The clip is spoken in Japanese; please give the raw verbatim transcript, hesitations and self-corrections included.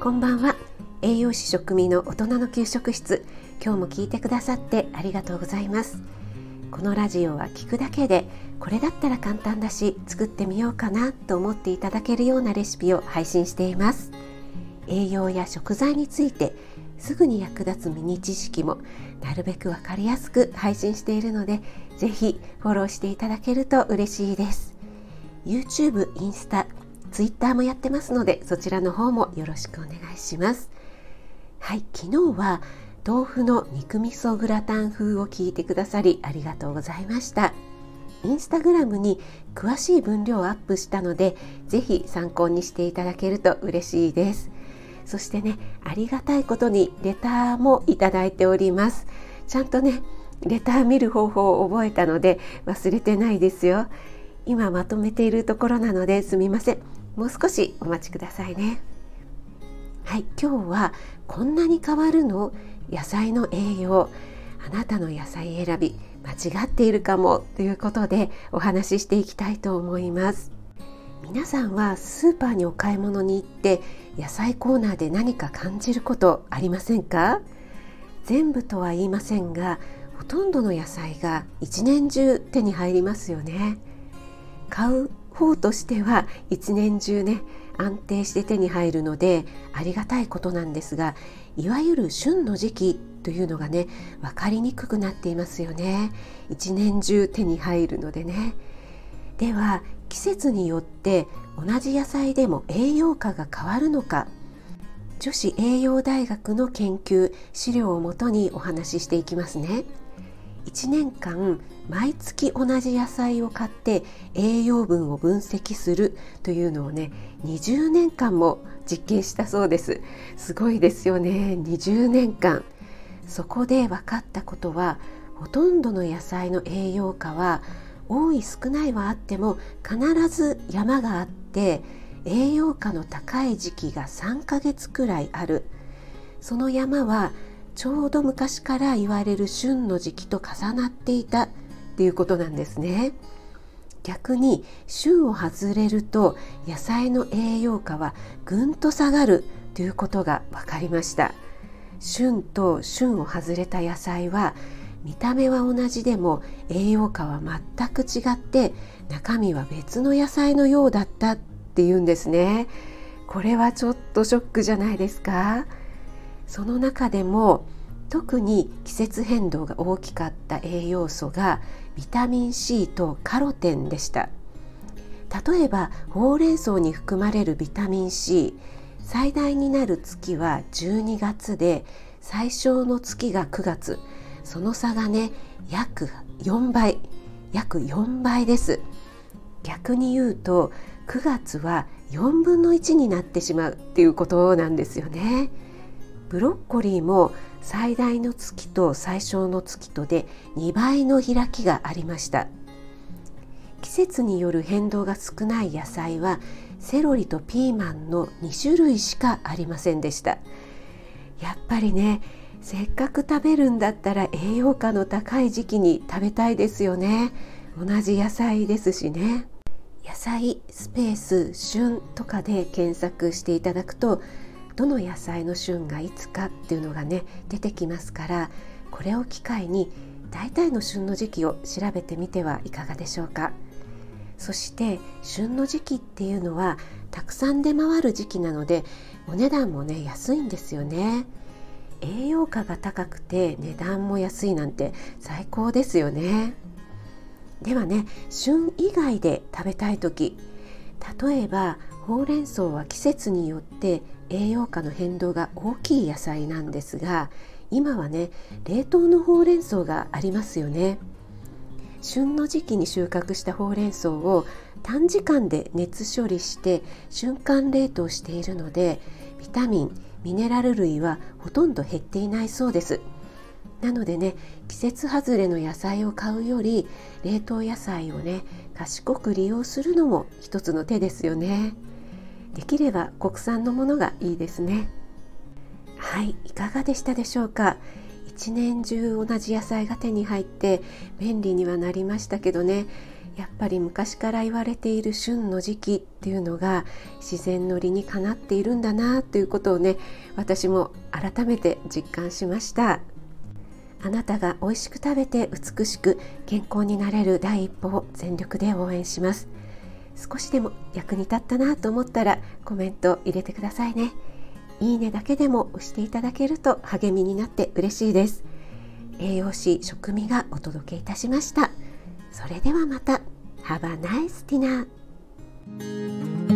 こんばんは。栄養士食味の大人の給食室、今日も聞いてくださってありがとうございます。このラジオは聞くだけでこれだったら簡単だし作ってみようかなと思っていただけるようなレシピを配信しています。栄養や食材についてすぐに役立つミニ知識もなるべくわかりやすく配信しているので、ぜひフォローしていただけると嬉しいです。 YouTube、インスタ、Twitter もやってますので、そちらの方もよろしくお願いします。はい、昨日は豆腐の肉味噌グラタン風を聞いてくださりありがとうございました。インスタグラムに詳しい分量をアップしたので、ぜひ参考にしていただけると嬉しいです。そしてね、ありがたいことにレターもいただいております。ちゃんとね、レター見る方法を覚えたので忘れてないですよ。今まとめているところなのですみません。もう少しお待ちくださいね。はい、今日はこんなに変わるの？野菜の栄養。あなたの野菜選び間違っているかもということでお話ししていきたいと思います。皆さんはスーパーにお買い物に行って野菜コーナーで何か感じることありませんか？全部とは言いませんが、ほとんどの野菜が一年中手に入りますよね。買う方としては一年中ね、安定して手に入るのでありがたいことなんですが、いわゆる旬の時期というのがね、分かりにくくなっていますよね。一年中手に入るのでね。では季節によって同じ野菜でも栄養価が変わるのか、女子栄養大学の研究資料をもとにお話ししていきますね。いちねんかん毎月同じ野菜を買って栄養分を分析するというのをね、にじゅうねんかんも実験したそうです。すごいですよね。にじゅうねんかん。そこで分かったことは、ほとんどの野菜の栄養価は多い少ないはあっても必ず山があって、栄養価の高い時期がさんかげつくらいある。その山はちょうど昔から言われる旬の時期と重なっていたっていうことなんですね。逆に旬を外れると野菜の栄養価はぐんと下がるということが分かりました。旬と旬を外れた野菜は見た目は同じでも栄養価は全く違って、中身は別の野菜のようだったっていうんですね。これはちょっとショックじゃないですか？その中でも特に季節変動が大きかった栄養素がビタミン C とカロテンでした。例えばほうれん草に含まれるビタミン C、 最大になる月はじゅうにがつで最小の月がくがつ。その差がね、約よんばい、約よんばいです。逆に言うとくがつはよんぶんのいちになってしまうっていうことなんですよね。ブロッコリーも最大の月と最小の月とでにばいの開きがありました。季節による変動が少ない野菜はセロリとピーマンのにしゅるいしかありませんでした。やっぱりね、せっかく食べるんだったら栄養価の高い時期に食べたいですよね。同じ野菜ですしね。野菜スペース旬とかで検索していただくと、どの野菜の旬がいつかっていうのがね出てきますから、これを機会に大体の旬の時期を調べてみてはいかがでしょうか。そして旬の時期っていうのはたくさん出回る時期なので、お値段もね安いんですよね。栄養価が高くて値段も安いなんて最高ですよね。ではね、旬以外で食べたい時、例えばほうれん草は季節によって栄養価の変動が大きい野菜なんですが、今はね冷凍のほうれん草がありますよね。旬の時期に収穫したほうれん草を短時間で熱処理して瞬間冷凍しているので、ビタミン、ミネラル類はほとんど減っていないそうです。なのでね、季節外れの野菜を買うより冷凍野菜をね賢く利用するのも一つの手ですよね。できれば国産のものがいいですね。はい、いかがでしたでしょうか。一年中同じ野菜が手に入って便利にはなりましたけどね、 やっぱり昔から言われている旬の時期っていうのが自然の理にかなっているんだなということをね、私も改めて実感しました。あなたが美味しく食べて美しく健康になれる第一歩を全力で応援します。少しでも役に立ったなと思ったらコメント入れてくださいね。いいねだけでも押していただけると励みになって嬉しいです。栄養士食味がお届けいたしました。それではまた。Have a nice dinner!